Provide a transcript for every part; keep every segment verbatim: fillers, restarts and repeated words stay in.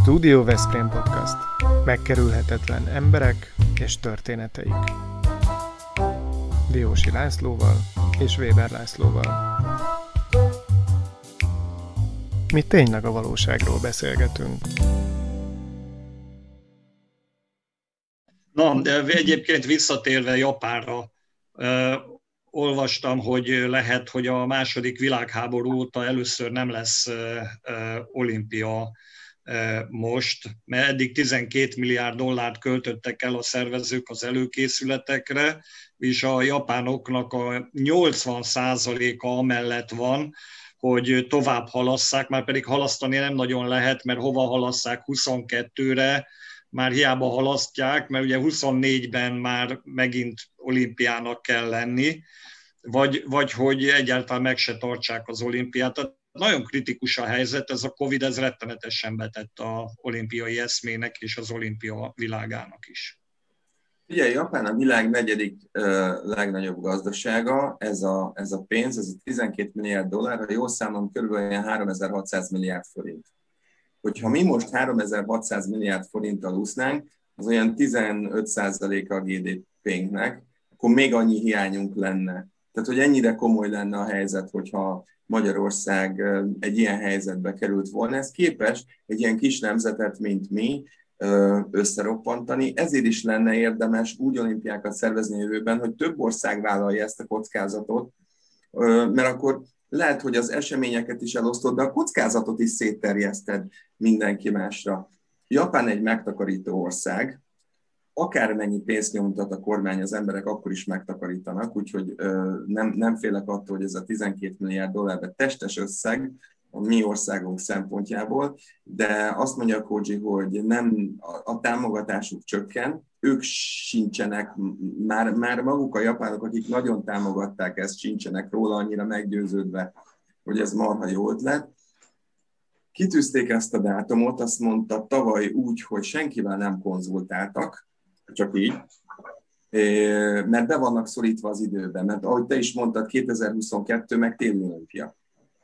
Studio Veszprém Podcast. Megkerülhetetlen emberek és történeteik. Diósi Lászlóval és Weber Lászlóval. Mi tényleg a valóságról beszélgetünk. Na, de egyébként visszatérve Japánra, eh, olvastam, hogy lehet, hogy a második világháború óta először nem lesz eh, eh, olimpia eh, most, mert eddig tizenkét milliárd dollárt költöttek el a szervezők az előkészületekre, és a japánoknak a nyolcvan százaléka amellett van, hogy tovább halasszák, már pedig halasztani nem nagyon lehet, mert hova halasszák huszonkettőre, már hiába halasztják, mert ugye huszonnégyben már megint olimpiának kell lenni, vagy, vagy hogy egyáltalán meg se tartsák az olimpiát. Tehát nagyon kritikus a helyzet, ez a Covid, ez rettenetesen betett az olimpiai eszmének és az olimpia világának is. Ugye Japán a világ negyedik uh, legnagyobb gazdasága, ez a, ez a pénz, ez a tizenkét milliárd dollár, ha jól számolom, körülbelül háromezer-hatszáz milliárd forint. Hogyha mi most háromezer-hatszáz milliárd forinttal úsznánk, az olyan tizenöt százaléka a gé dé pénknek, akkor még annyi hiányunk lenne. Tehát, hogy ennyire komoly lenne a helyzet, hogyha Magyarország egy ilyen helyzetbe került volna. Ez képes egy ilyen kis nemzetet, mint mi, összeroppantani. Ezért is lenne érdemes úgy olimpiákat szervezni jövőben, hogy több ország vállalja ezt a kockázatot, mert akkor lehet, hogy az eseményeket is elosztod, de a kockázatot is szétterjeszted mindenki másra. Japán egy megtakarító ország, akármennyi pénzt nyomtat a kormány, az emberek akkor is megtakarítanak, úgyhogy nem, nem félek attól, hogy ez a tizenkét milliárd dollár testes összeg a mi országunk szempontjából, de azt mondja Koji, hogy nem, a, a támogatásuk csökken, ők sincsenek, már, már maguk a japánok, akik nagyon támogatták ezt, sincsenek róla annyira meggyőződve, hogy ez marha jó ötlet. Kitűzték ezt a dátumot, azt mondta tavaly úgy, hogy senkivel nem konzultáltak, csak így, mert be vannak szorítva az időben, mert ahogy te is mondtad, kétezer-huszonkettő meg téli olimpia.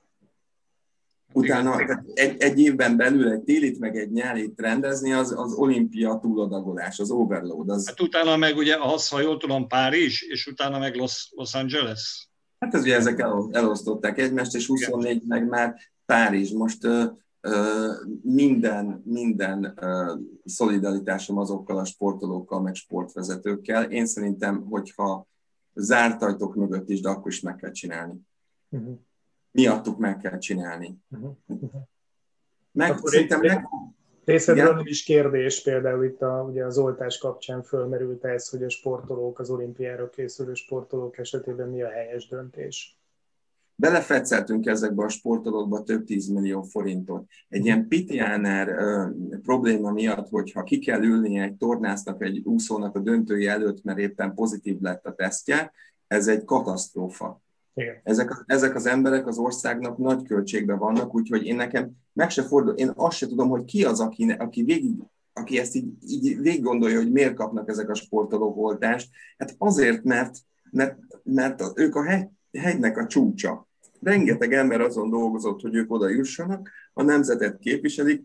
Utána egy, egy évben belül egy télit meg egy nyárit rendezni, az, az olimpia túladagolás, az overload. Az... Hát utána meg ugye, az, ha jól tudom, Párizs, és utána meg Los, Los Angeles. Hát ez ugye ezek el, elosztották egymást, és huszonnégy meg már Párizs. Most uh, uh, minden, minden uh, szolidaritásom azokkal a sportolókkal, meg sportvezetőkkel. Én szerintem, hogyha zárt ajtók mögött is, de akkor is meg kell csinálni. Uh-huh. Miattuk meg kell csinálni. Uh-huh. Meg, szerintem meg... Részedről is kérdés, például itt a, ugye az oltás kapcsán fölmerült ez, hogy a sportolók, az olimpiára készülő sportolók esetében mi a helyes döntés? Belefetszeltünk ezekbe a sportolókba több tízmillió forintot. Egy ilyen pitiáner uh, probléma miatt, hogyha ki kell ülnie egy tornásznak, egy úszónak a döntője előtt, mert éppen pozitív lett a tesztje, ez egy katasztrófa. Ezek, ezek az emberek az országnak nagy költségben vannak, úgyhogy én nekem meg se fordul, én azt se tudom, hogy ki az, aki, aki, végig, aki ezt így, így végig gondolja, hogy miért kapnak ezek a sportolók oltást. Hát azért, mert, mert, mert ők a hegy, hegynek a csúcsa. Rengeteg ember azon dolgozott, hogy ők oda jussanak, a nemzetet képviselik,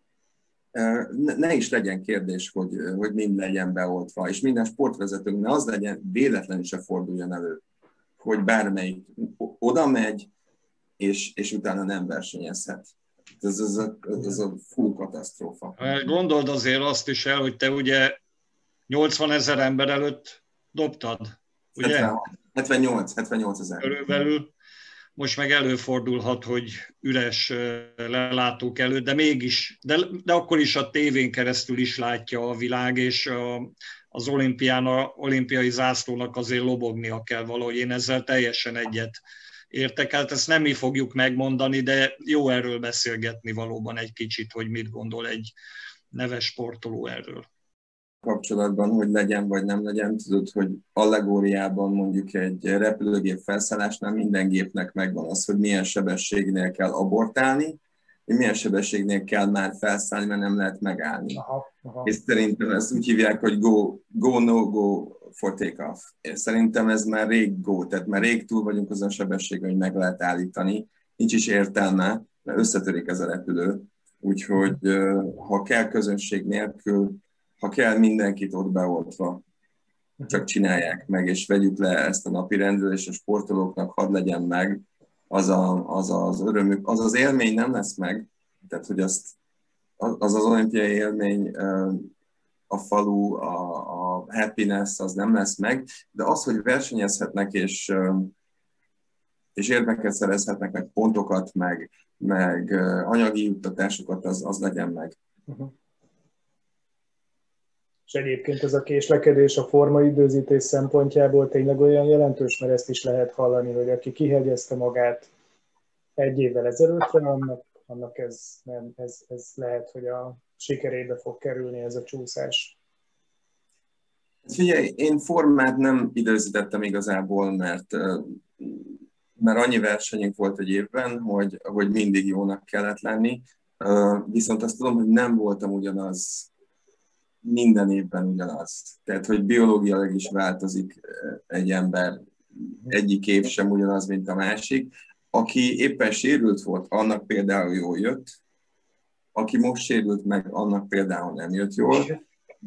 ne, ne is legyen kérdés, hogy, hogy mind legyen beoltva, és minden sportvezetőnek az legyen, véletlenül se forduljon elő, hogy bármelyik oda megy, és, és utána nem versenyezhet. Ez, ez, a, ez a full katasztrófa. Gondold azért azt is el, hogy te ugye nyolcvanezer ember előtt dobtad, ugye? hetvennyolc ezer. Körülbelül. Most meg előfordulhat, hogy üres lelátók előtt, de mégis, de, de akkor is a tévén keresztül is látja a világ, és a, az olimpián, a olimpiai zászlónak azért lobognia kell valahogy. Én ezzel teljesen egyet értek. Hát ezt nem mi fogjuk megmondani, de jó erről beszélgetni valóban egy kicsit, hogy mit gondol egy neves sportoló erről. Kapcsolatban, hogy legyen vagy nem legyen, tudod, hogy allegóriában mondjuk egy repülőgép felszállásnál minden gépnek megvan az, hogy milyen sebességnél kell abortálni, milyen sebességnél kell már felszállni, mert nem lehet megállni. Aha, aha. És szerintem ezt úgy hívják, hogy go, go, no, go for take-off. És szerintem ez már rég go, tehát már rég túl vagyunk azon a sebességen, hogy meg lehet állítani. Nincs is értelme, mert összetörik ez a repülő. Úgyhogy ha kell közönség nélkül, ha kell mindenkit ott beoltva, csak csinálják meg, és vegyük le ezt a napirendről, és a sportolóknak hadd legyen meg, az, a, az az örömük, az az élmény nem lesz meg, tehát hogy azt, az az olimpiai élmény, a falu, a, a happiness, az nem lesz meg, de az, hogy versenyezhetnek, és, és érmeket szerezhetnek, meg pontokat, meg, meg anyagi juttatásokat, az, az legyen meg. Uh-huh. És egyébként ez a késlekedés a formaidőzítés szempontjából tényleg olyan jelentős, mert ezt is lehet hallani, hogy aki kihegyezte magát egy évvel ezelőttre, annak, annak ez, nem, ez, ez lehet, hogy a sikerébe fog kerülni ez a csúszás. Figyelj, én formát nem időzítettem igazából, mert, mert annyi versenyünk volt egy évben, hogy, hogy mindig jónak kellett lenni. Viszont azt tudom, hogy nem voltam ugyanaz, minden évben ugyanaz. Tehát, hogy biológiailag is változik egy ember, egyik év sem ugyanaz, mint a másik. Aki éppen sérült volt, annak például jól jött. Aki most sérült meg, annak például nem jött jól.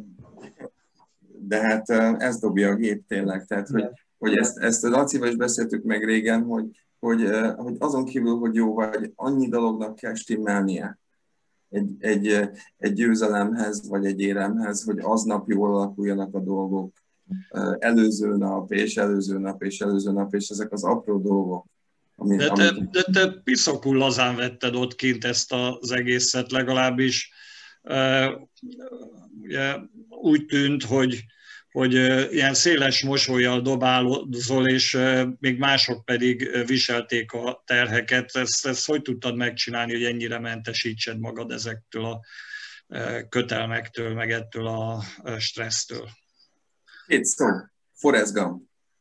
De hát ez dobja a gép tényleg. Tehát, hogy, hogy ezt, ezt a Lacival is beszéltük meg régen, hogy, hogy, hogy azon kívül, hogy jó vagy, annyi dolognak kell stimmelnie egy, egy, egy győzelemhez, vagy egy éremhez, hogy aznap jól alakuljanak a dolgok. Előző nap, és előző nap, és előző nap, és ezek az apró dolgok. Amit, de, te, amit... de te piszakul lazán vetted ott kint ezt az egészet, legalábbis uh, ugye, úgy tűnt, hogy, hogy uh, ilyen széles mosollyal dobálozol, és uh, még mások pedig viselték a terheket. Ezt, ezt hogy tudtad megcsinálni, hogy ennyire mentesítsed magad ezektől a uh, kötelmektől, meg ettől a uh, stressztől? Két szó. Forrest Gump.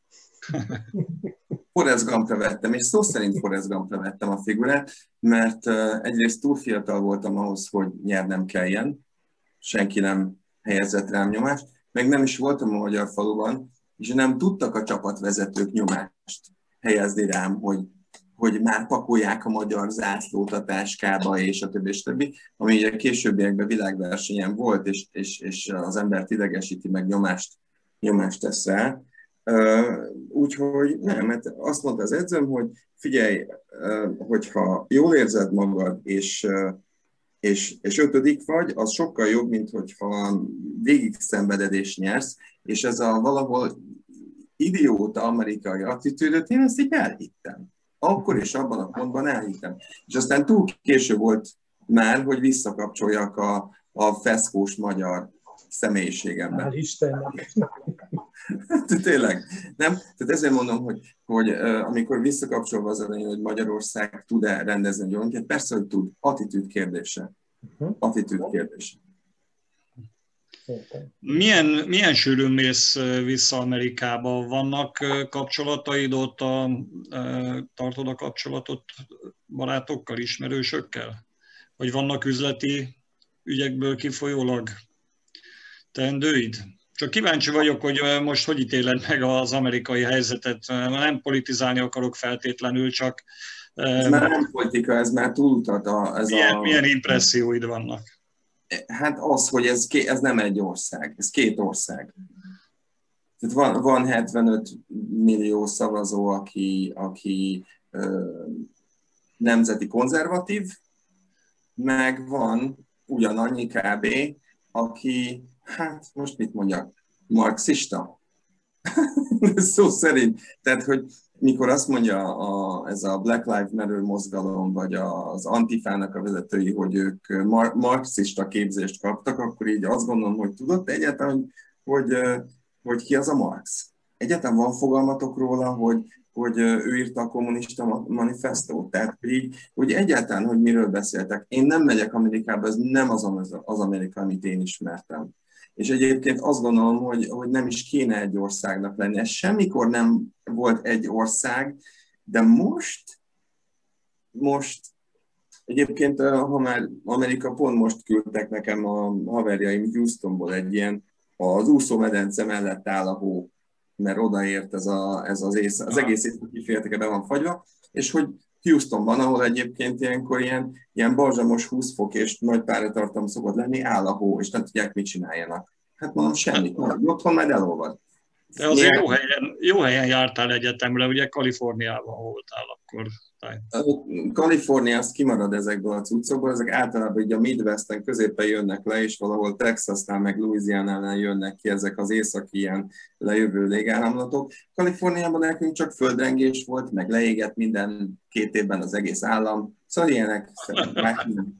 Forrest Gumpra vettem, és szó szerint Forrest Gumpra vettem a figurát, mert egyrészt túl fiatal voltam ahhoz, hogy nyernem kelljen, senki nem helyezett rám nyomást, meg nem is voltam a magyar faluban, és nem tudtak a csapatvezetők nyomást helyezni rám, hogy, hogy már pakolják a magyar zászlót a táskába, és a többi, és a többi, ami ugye későbbiekben világversenyen volt, és, és, és az embert idegesíti, meg nyomást, nyomást tesz rá. Uh, úgyhogy nem, mert azt mondta az edzőm, hogy figyelj, uh, hogyha jól érzed magad, és, uh, és, és ötödik vagy, az sokkal jobb, mint hogyha végig szenveded és nyersz, és ez a valahol idióta amerikai attitűdöt, én ezt így elhittem. Akkor és abban a pontban elhittem. És aztán túl késő volt már, hogy visszakapcsoljak a, a feszkós magyar személyiségemben. Hál' Istennek! Tényleg, nem? Tehát ezért mondom, hogy, hogy uh, amikor visszakapcsolva az elején, hogy Magyarország tud-e rendezni egy olimpiát, persze, hogy tud. Attitűd kérdése. Uh-huh. Attitűd kérdése. Milyen, milyen sűrűn mész vissza Amerikába? Vannak kapcsolataid ott, a, tartod a kapcsolatot barátokkal, ismerősökkel? Vagy vannak üzleti ügyekből kifolyólag teendőid? Csak kíváncsi vagyok, hogy most hogy ítéled meg az amerikai helyzetet. Nem politizálni akarok feltétlenül, csak... Ez már nem politika, ez már túlutat. A, ez milyen, a... milyen impresszióid vannak? Hát az, hogy ez, ké, ez nem egy ország, ez két ország. Tehát van, van hetvenöt millió szavazó, aki, aki ö, nemzeti konzervatív, meg van ugyanannyi kb., aki, hát most mit mondjak, marxista. Szó szerint. Tehát, hogy mikor azt mondja a, ez a Black Lives Matter mozgalom, vagy az Antifának a vezetői, hogy ők mar- marxista képzést kaptak, akkor így azt gondolom, hogy tudod egyáltalán, hogy, hogy, hogy ki az a Marx. Egyáltalán van fogalmatok róla, hogy, hogy ő írta a kommunista manifestót, tehát így, hogy egyáltalán, hogy miről beszéltek. Én nem megyek Amerikába, ez nem az az Amerika, amit én ismertem. És egyébként azt gondolom, hogy, hogy nem is kéne egy országnak lenni. Ez semmikor nem volt egy ország, de most, most egyébként, ha már Amerika, pont most küldtek nekem a haverjaim Houstonból egy ilyen, az úszómedence mellett áll a hó, mert odaért ez, a, ez az, ész, az egész északi félteke be van fagyva, és hogy Houstonban, ahol egyébként ilyenkor ilyen, ilyen balzsamos húsz fok és nagy pályatartalom szokott lenni, áll a hó, és nem tudják, mit csináljanak. Hát mondom, semmit, majd otthon majd elolvad. De azért jó helyen, jó helyen jártál egyetemre, ugye Kaliforniában voltál akkor. Kalifornia azt kimarad ezekből a cuccokból, ezek általában így a Midwesten középen jönnek le, és valahol Texasnál meg Louisianánál jönnek ki ezek az északi ilyen lejövő légáramlatok. Kaliforniában nekünk csak földrengés volt, meg leégett minden két évben az egész állam. Szóval ilyenek szerintem.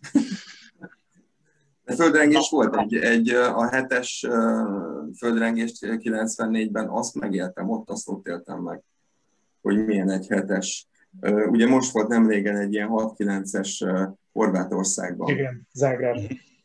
De földrengés volt, egy, egy a hetes földrengést kilencvennégyben, azt megéltem, ott azt ott éltem meg, hogy milyen egy hetes. Ugye most volt nem régen egy ilyen hat kilences Horvátországban. Igen, Zágráb.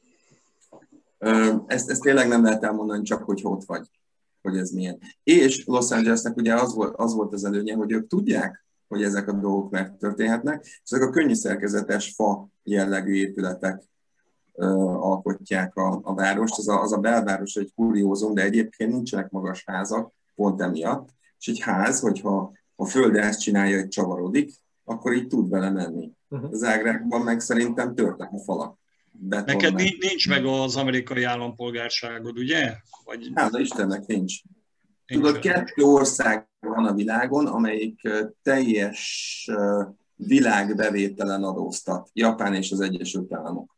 Ezt, ezt tényleg nem lehet elmondani, csak hogy ott vagy, hogy ez milyen. És Los Angelesnek ugye az volt, az volt az előnye, hogy ők tudják, hogy ezek a dolgok megtörténhetnek, és ezek a könnyű szerkezetes fa jellegű épületek alkotják a, a várost. Az a, az a belváros egy kuriózum, de egyébként nincsenek magas házak, pont emiatt. És egy ház, hogyha a föld ezt csinálja, hogy csavarodik, akkor így tud vele menni. Uh-huh. Az Zágrábban meg szerintem törtek a falak. Beton Neked meg. nincs meg az amerikai állampolgárságod, ugye? Vagy... Hála Istennek nincs. nincs. Tudod, kettő ország van a világon, amelyik teljes világbevételen adóztat. Japán és az Egyesült Államok.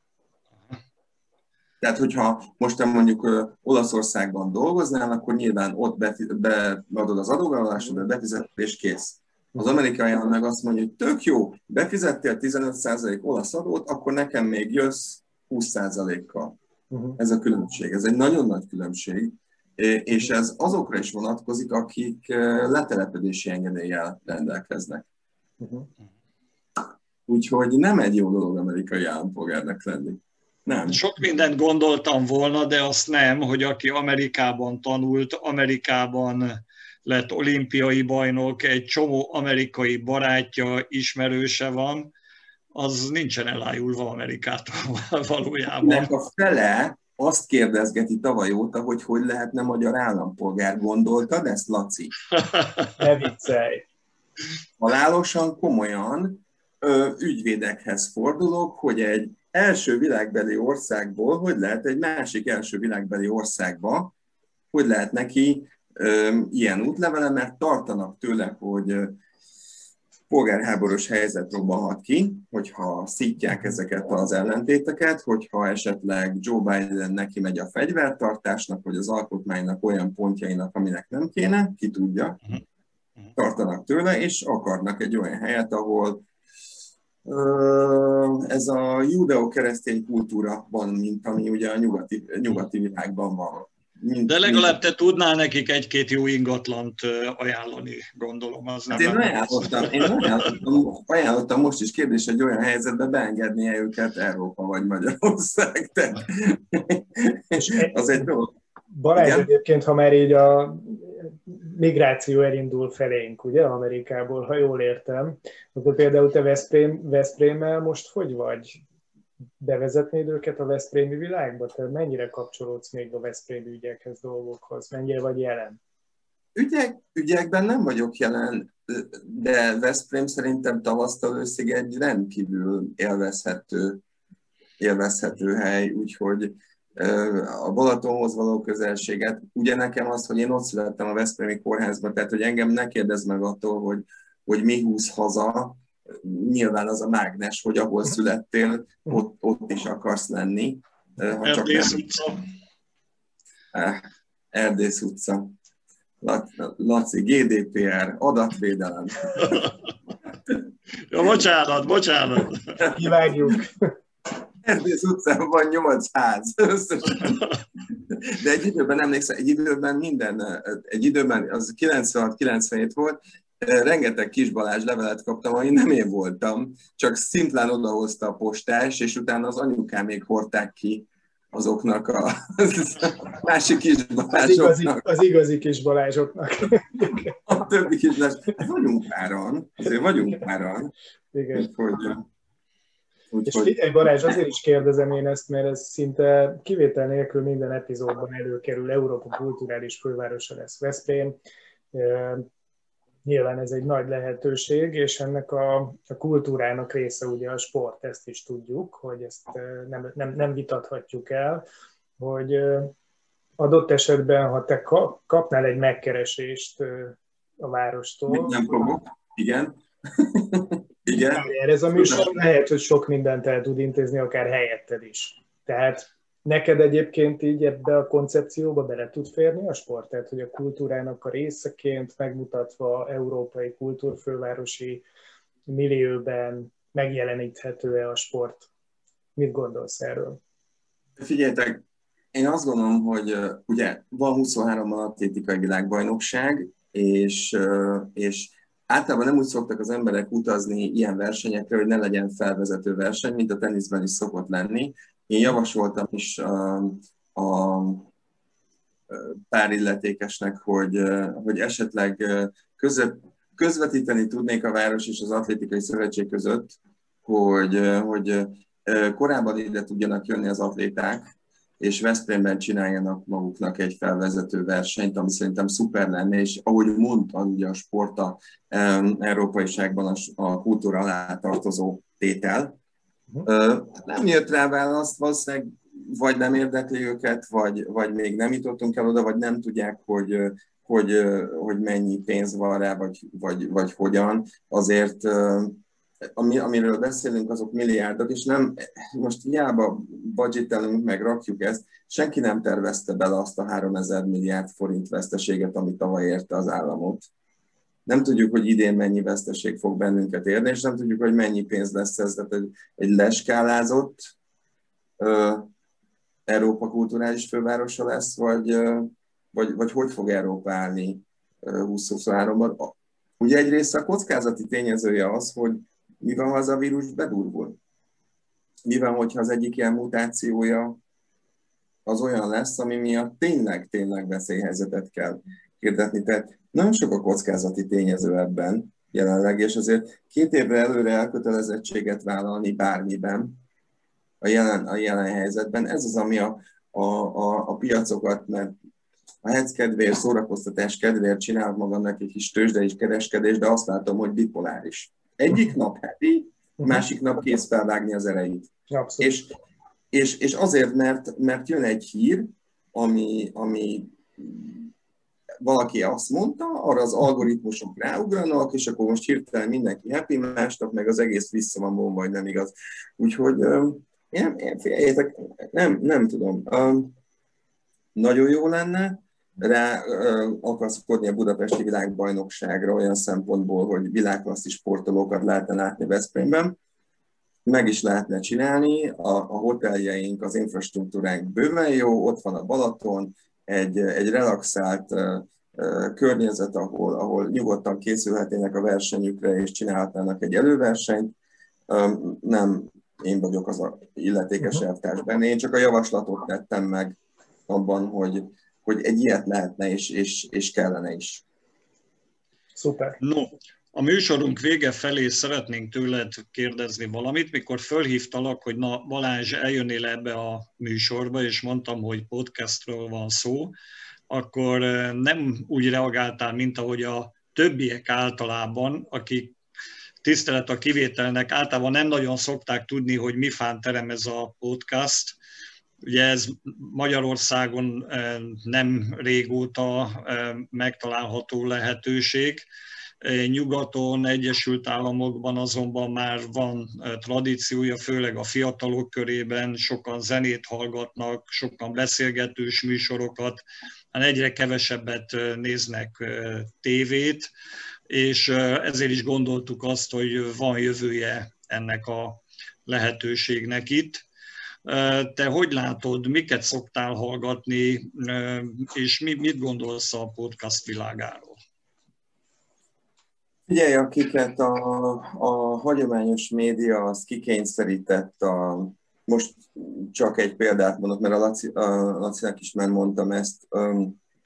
Tehát, hogyha most mondjuk uh, Olaszországban dolgoznál, akkor nyilván ott beadod az adóvállalásodat, befizeted és kész. Az amerikai állam meg azt mondja, hogy tök jó, befizettél tizenöt százalék olasz adót, akkor nekem még jössz húsz százalékkal. Uh-huh. Ez a különbség. Ez egy nagyon nagy különbség, és ez azokra is vonatkozik, akik letelepedési engedéllyel rendelkeznek. Uh-huh. Úgyhogy nem egy jó dolog amerikai állampolgárnak lenni. Nem. Sok mindent gondoltam volna, de azt nem, hogy aki Amerikában tanult, Amerikában lett olimpiai bajnok, egy csomó amerikai barátja, ismerőse van, az nincsen elájulva Amerikától valójában. Nek a fele azt kérdezgeti tavaly óta, hogy hogy lehetne magyar állampolgár. Gondoltad ezt, Laci? Ne viccelj! Halálosan, komolyan ö, ügyvédekhez fordulok, hogy egy első világbeli országból, hogy lehet egy másik első világbeli országba, hogy lehet neki ö, ilyen útlevele, mert tartanak tőle, hogy ö, polgárháborús helyzet robbanhat ki, hogyha szítják ezeket az ellentéteket, hogyha esetleg Joe Biden neki megy a fegyvertartásnak, vagy az alkotmánynak olyan pontjainak, aminek nem kéne, ki tudja, tartanak tőle, és akarnak egy olyan helyet, ahol ez a judeo-keresztény kultúra van, mint ami ugye a nyugati, nyugati világban van. Mint, De legalább te tudnál nekik egy-két jó ingatlant ajánlani, gondolom. Az nem én ajánlottam, én ajánlottam, ajánlottam most is kérdés egy olyan helyzetbe beengednie őket Európa vagy Magyarország. Tehát az egy dolog. Balázs, egyébként, ha már így a migráció elindul felénk, ugye, Amerikából, ha jól értem, akkor például te Veszprém, Veszprémmel most hogy vagy? Bevezetnéd őket a veszprémi világba? Te mennyire kapcsolódsz még a veszprémi ügyekhez, dolgokhoz? Mennyire vagy jelen? Ügyek, ügyekben nem vagyok jelen, de Veszprém szerintem tavasztól őszig egy rendkívül élvezhető, élvezhető hely, úgyhogy a Balatonhoz való közelséget. Ugye nekem az, hogy én ott születtem a Veszprémi kórházban, tehát hogy engem ne kérdezz meg attól, hogy, hogy mi húz haza, nyilván az a mágnes, hogy ahol születtél, ott, ott is akarsz lenni. Erdész utca. Erdész utca. Laci, gé dé pé er, adatvédelem. Ja, bocsánat, bocsánat. Kivágjuk. Erdész utcában van nyolc ház összesen. De egy időben emlékszem, egy időben minden, egy időben, az kilencvenhat kilencvenhét volt, rengeteg Kis Balázs levelet kaptam, ami nem én voltam, csak szimplán odahozta a postás, és utána az anyukám még hordták ki azoknak a másik Kis Balázsoknak. Az igazi, az igazi Kis Balázsoknak. A többi Kis Balázs. Hát vagyunk páran, azért vagyunk páran. Igen. Úgyhogy, úgyhogy... És figyelj Balázs, azért is kérdezem én ezt, mert ez szinte kivétel nélkül minden epizódban előkerül, Európa kulturális fővárosa lesz Veszprém. Nyilván ez egy nagy lehetőség, és ennek a, a kultúrának része ugye a sport, ezt is tudjuk, hogy ezt nem, nem, nem vitathatjuk el, hogy adott esetben, ha te kapnál egy megkeresést a várostól... Nem fogok, igen. Igen. Ez a műsor lehet, hogy sok mindent el tud intézni, akár helyetted is. Tehát neked egyébként így ebbe a koncepcióba bele tud férni a sport? Tehát, hogy a kultúrának a részeként megmutatva európai kultúrfővárosi millióben megjeleníthető-e a sport? Mit gondolsz erről? Figyeljetek, én azt gondolom, hogy uh, ugye van huszonhárom atlétikai világbajnokság, és, uh, és általában nem úgy szoktak az emberek utazni ilyen versenyekre, hogy ne legyen felvezető verseny, mint a teniszben is szokott lenni. Én javasoltam is uh, a pár illetékesnek, hogy, uh, hogy esetleg uh, között, közvetíteni tudnék a város és az atlétikai szövetség között, hogy, uh, hogy uh, korábban ide tudjanak jönni az atléták, és Veszprémben csináljanak maguknak egy felvezető versenyt, ami szerintem szuper lenne, és ahogy mondtam, ugye a sport a um, európaiságban a, a kultúra alá tartozó tétel. Uh, nem jött rá választ, valószínűleg vagy nem érdekli őket, vagy, vagy még nem jutottunk el oda, vagy nem tudják, hogy, hogy, hogy mennyi pénz van rá, vagy, vagy, vagy hogyan. Azért uh, Ami, amiről beszélünk, azok milliárdok, és nem, most hiába budgetelünk, meg rakjuk ezt, senki nem tervezte bele azt a háromezer milliárd forint veszteséget, ami tavaly érte az államot. Nem tudjuk, hogy idén mennyi veszteség fog bennünket érni, és nem tudjuk, hogy mennyi pénz lesz ez, tehát egy, egy leskálázott uh, Európa kulturális fővárosa lesz, vagy, uh, vagy, vagy hogy fog Európa állni uh, húsz-huszonháromban. Ugye egyrészt a kockázati tényezője az, hogy mi van, ha az a vírus bedurvul? Mi van, hogyha az egyik ilyen mutációja az olyan lesz, ami miatt tényleg, tényleg veszélyhelyzetet kell hirdetni. Tehát nagyon sok a kockázati tényező ebben jelenleg, és azért két évre előre elkötelezettséget vállalni bármiben a jelen, a jelen helyzetben. Ez az, ami a, a, a, a piacokat, mert a hetz kedvéért, szórakoztatás kedvéért csinálok magamnak egy kis tőzsdei kereskedés, de azt látom, hogy bipoláris. Egyik nap happy, másik nap kész felvágni az erejét. És, és, és azért, mert, mert jön egy hír, ami, ami valaki azt mondta, arra az algoritmusok ráugranak, és akkor most hirtelen mindenki happy, másnap meg az egész vissza van bomba, vagy nem igaz. Úgyhogy én, én, féljetek, nem, nem tudom. Nagyon jó lenne rá akaszkodni a budapesti világbajnokságra olyan szempontból, hogy világklasszis sportolókat lehetne látni Veszprémben. Meg is lehetne csinálni, a, a hoteljeink, az infrastruktúránk bőven jó, ott van a Balaton, egy, egy relaxált uh, uh, környezet, ahol, ahol nyugodtan készülhetnének a versenyükre, és csinálhatnának egy előversenyt. Um, nem én vagyok az a illetékes elvtárs benne, én csak a javaslatot tettem meg abban, hogy hogy egy ilyet lehetne és, és, és kellene is. Szuper. No, a műsorunk vége felé szeretnénk tőled kérdezni valamit, mikor fölhívtalak, hogy na Balázs, eljönnél ebbe a műsorba, és mondtam, hogy podcastról van szó, akkor nem úgy reagáltál, mint ahogy a többiek általában, akik tisztelet a kivételnek általában nem nagyon szokták tudni, hogy mi fánterem ez a podcast. Ugye ez Magyarországon nem régóta megtalálható lehetőség. Nyugaton, Egyesült Államokban azonban már van tradíciója, főleg a fiatalok körében, sokan zenét hallgatnak, sokan beszélgetős műsorokat, egyre kevesebbet néznek tévét, és ezért is gondoltuk azt, hogy van jövője ennek a lehetőségnek itt. Te hogy látod, miket szoktál hallgatni, és mit gondolsz a podcast világáról? Figyelj, akiket a, a hagyományos média az kikényszerített, a, most csak egy példát mondok, mert a, Laci, a Lacinak is már mondtam ezt,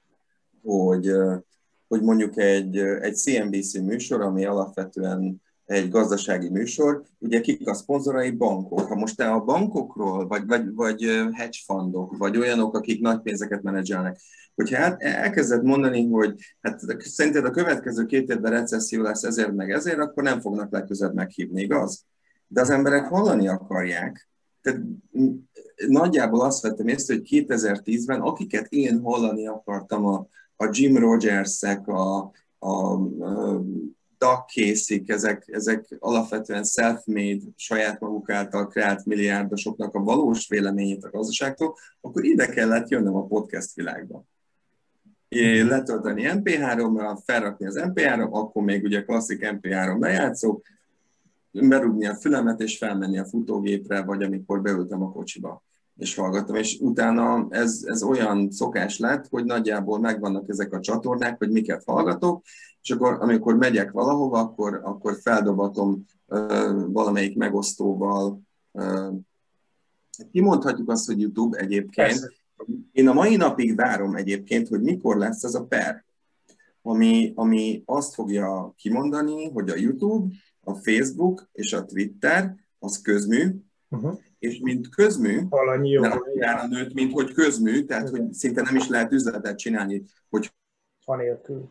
hogy, hogy mondjuk egy, egy cé en bé cé műsor, ami alapvetően egy gazdasági műsor, ugye kik a szponzorai? Bankok. Ha most te a bankokról, vagy, vagy, vagy hedge fundok, vagy olyanok, akik nagy pénzeket menedzselnek, hogyha hát elkezded mondani, hogy hát szerinted a következő két évben recesszió lesz ezért meg ezért, akkor nem fognak legközelebb meghívni, igaz? De az emberek hallani akarják. Tehát nagyjából azt vettem észre, hogy kétezer-tízben, akiket én hallani akartam, a, a Jim Rogers-ek, a, a, a Doug Casey-k, ezek, ezek alapvetően self-made, saját maguk által kreált milliárdosoknak a valós véleményét a gazdaságtól, akkor ide kellett jönnöm a podcast világba. Én letölteni em pé háromra, felrakni az em pé három, akkor még ugye klasszik em pé három lejátszó, berúgni a fülemet és felmenni a futógépre, vagy amikor beültem a kocsiba és hallgattam. És utána ez, ez olyan szokás lett, hogy nagyjából megvannak ezek a csatornák, hogy miket hallgatok, és akkor amikor megyek valahova, akkor, akkor feldobatom uh, valamelyik megosztóval. Uh, kimondhatjuk azt, hogy YouTube egyébként. Persze. Én a mai napig várom egyébként, hogy mikor lesz ez a per, ami, ami azt fogja kimondani, hogy a YouTube, a Facebook és a Twitter az közmű, uh-huh. és mint közmű, nem a nőtt, mint hogy közmű, tehát uh-huh. hogy szinte nem is lehet üzletet csinálni, hogy anélkül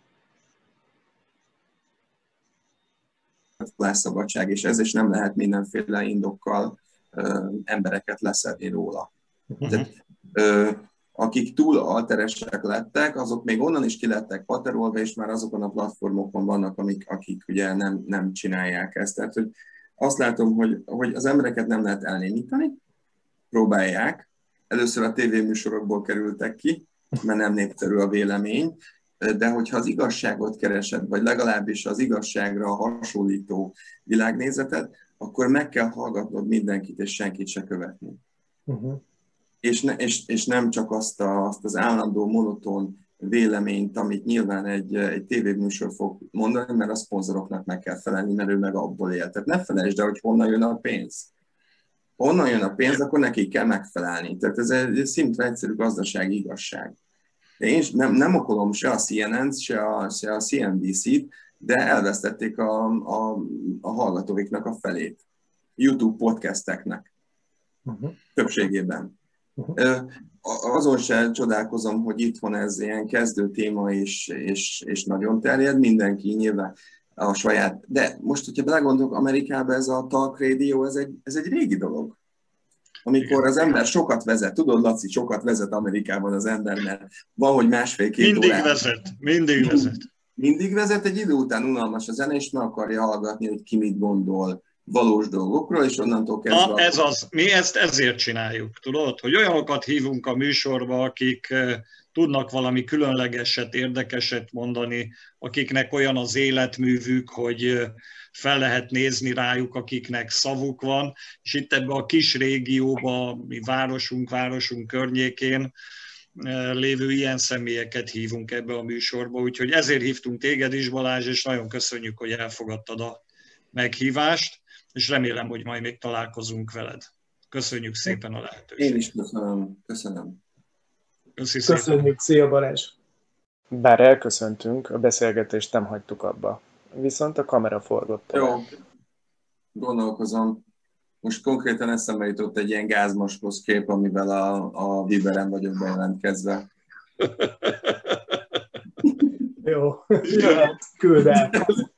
lesz szabadság, és ez is nem lehet mindenféle indokkal ö, embereket leszedni róla. Uh-huh. Tehát, ö, akik túl alteresek lettek, azok még onnan is ki lettek paterolva, és már azokon a platformokon vannak, amik, akik ugye nem, nem csinálják ezt. Tehát, hogy azt látom, hogy, hogy az embereket nem lehet elnémítani, próbálják. Először a tévéműsorokból kerültek ki, mert nem népszerű a vélemény, de hogyha az igazságot keresed, vagy legalábbis az igazságra hasonlító világnézetet, akkor meg kell hallgatnod mindenkit, és senkit se követni. Uh-huh. És, ne, és, és nem csak azt, a, azt az állandó monoton véleményt, amit nyilván egy, egy tévéműsor fog mondani, mert a szponzoroknak meg kell felelni, mert ő meg abból él. Tehát ne felejtsd el, hogy honnan jön a pénz. Honnan jön a pénz, akkor nekik kell megfelelni. Tehát ez egy szinte egyszerű gazdasági igazság. De én nem, nem okolom se a cé en en-t, se a, se a cé en bé cé-t, de elvesztették a, a, a hallgatóiknak a felét. YouTube podcasteknek. Uh-huh. Többségében. Uh-huh. Azon sem csodálkozom, hogy itthon ez ilyen kezdő téma, és, és, és nagyon terjed, mindenki nyilván a saját, de most, hogyha belegondolok, Amerikában ez a talk radio, ez egy, ez egy régi dolog. Amikor az ember sokat vezet, tudod, Laci, sokat vezet Amerikában az ember, mert van, hogy másfél-két mindig órán. Mindig vezet, mindig vezet. Mindig vezet, egy idő után unalmas a zene, és meg akarja hallgatni, hogy ki mit gondol valós dolgokról, és onnantól kezdve... Na, ez az. Mi ezt ezért csináljuk, tudod? Hogy olyanokat hívunk a műsorba, akik tudnak valami különlegeset, érdekeset mondani, akiknek olyan az életművük, hogy fel lehet nézni rájuk, akiknek szavuk van, és itt ebben a kis régióban, mi városunk, városunk környékén lévő ilyen személyeket hívunk ebbe a műsorba, úgyhogy ezért hívtunk téged is, Balázs, és nagyon köszönjük, hogy elfogadtad a meghívást, és remélem, hogy majd még találkozunk veled. Köszönjük szépen a lehetőséget. Én is köszönöm. Köszönöm. Köszi Köszönjük, szia Balázs! Bár elköszöntünk, a beszélgetést nem hagytuk abba. Viszont a kamera forgott. Jó, gondolkozom. Most konkrétan eszembe jutott egy ilyen gázmaskos kép, amivel a, a Viberen vagyok bejelentkezve. Jó, jöhet, küld el.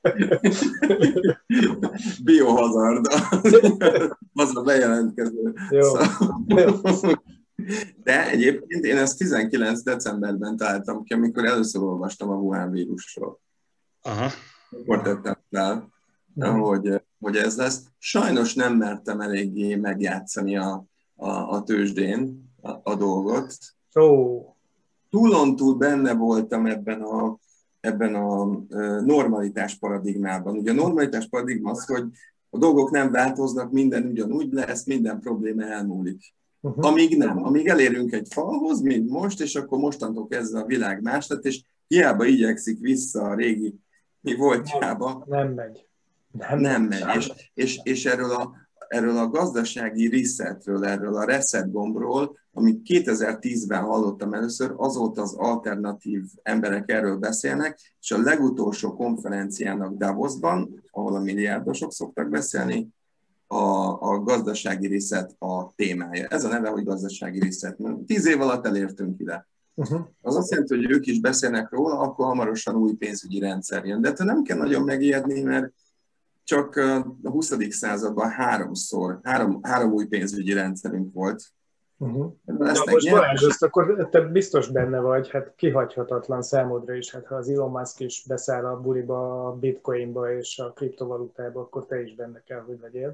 Biohazard. Az a bejelentkező. Jó. Szóval... De egyébként én ezt tizenkilenc decemberben találtam ki, amikor először olvastam a Wuhan vírusról. Aha. Akkor tettem fel, hogy, hogy ez lesz. Sajnos nem mertem eléggé megjátszani a, a, a tőzsdén a, a dolgot. Oh. Túlontúl benne voltam ebben a, ebben a normalitás paradigmában. Ugye a normalitás paradigma az, hogy a dolgok nem változnak, minden ugyanúgy lesz, minden probléma elmúlik. Uh-huh. Amíg nem, amíg elérünk egy falhoz, mint most, és akkor mostantól kezdve a világ más lett, és hiába igyekszik vissza a régi mi voltjába. Nem, nem megy. Nem, nem megy. És, és, és erről a, erről a gazdasági resetről, erről a reset gombról, amit kétezer-tízben hallottam először, azóta az alternatív emberek erről beszélnek, és a legutolsó konferenciának Davosban, ahol a milliárdosok szoktak beszélni, a, a gazdasági reset a témája. Ez a neve, hogy gazdasági reset. Tíz év alatt elértünk ide. Uh-huh. Az azt jelenti, hogy ők is beszélnek róla, akkor hamarosan új pénzügyi rendszer jön. De nem kell nagyon megijedni, mert csak a huszadik században háromszor, három, három új pénzügyi rendszerünk volt. Uh-huh. Na most Balázs, azt akkor te biztos benne vagy, hát kihagyhatatlan számodra is, hát ha az Elon Musk is beszáll a buliba, a bitcoinba és a kriptovalutába, akkor te is benne kell, hogy legyél.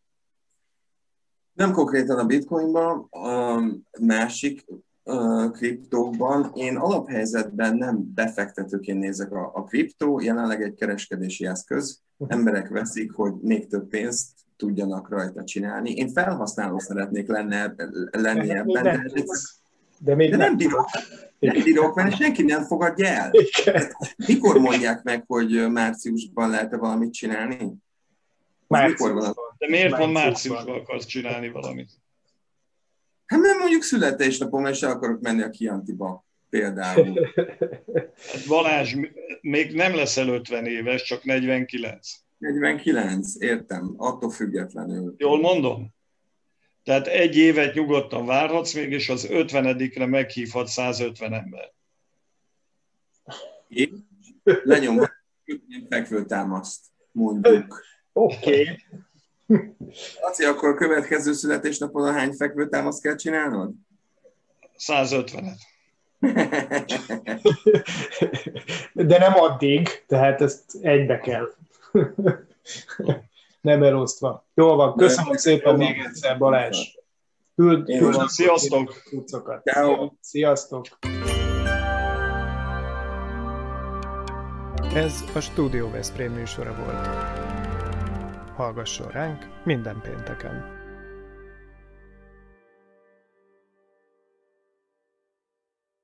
Nem konkrétan a bitcoinban, a másik uh, kriptókban. Én alaphelyzetben nem befektetőként nézek a, a kriptó, jelenleg egy kereskedési eszköz. Emberek veszik, hogy még több pénzt tudjanak rajta csinálni. Én felhasználó szeretnék lenne, lenni ebben, de, de, de, még de nem, nem bírok, nem bírok, mert senki nem fogadja el. Mikor mondják meg, hogy márciusban lehet-e valamit csinálni? Mikor van? De miért van márciusban akarsz csinálni valamit? Hát mert mondjuk születésnapom, és el akarok menni a Chiantiba például. Hát Balázs, még nem leszel ötven éves, csak negyvenkilenc. negyvenkilenc, értem, attól függetlenül. Jól mondom? Tehát egy évet nyugodtan várhatsz még, és az ötvenedikre meghívhat százötven ember. Én lenyomom fekvőtámaszt, mondjuk. Oké. Okay. Laci, akkor a következő születésnapon hány fekvőtámaszt kell csinálnod? százötvenet. De nem addig, tehát ezt egybe kell. Nem elosztva. Jól van, köszönöm De szépen még egyszer, Balázs. Küld, küld Sziasztok! Sziasztok! Ez a Studio Veszprém műsora volt. Hallgasson ránk minden pénteken!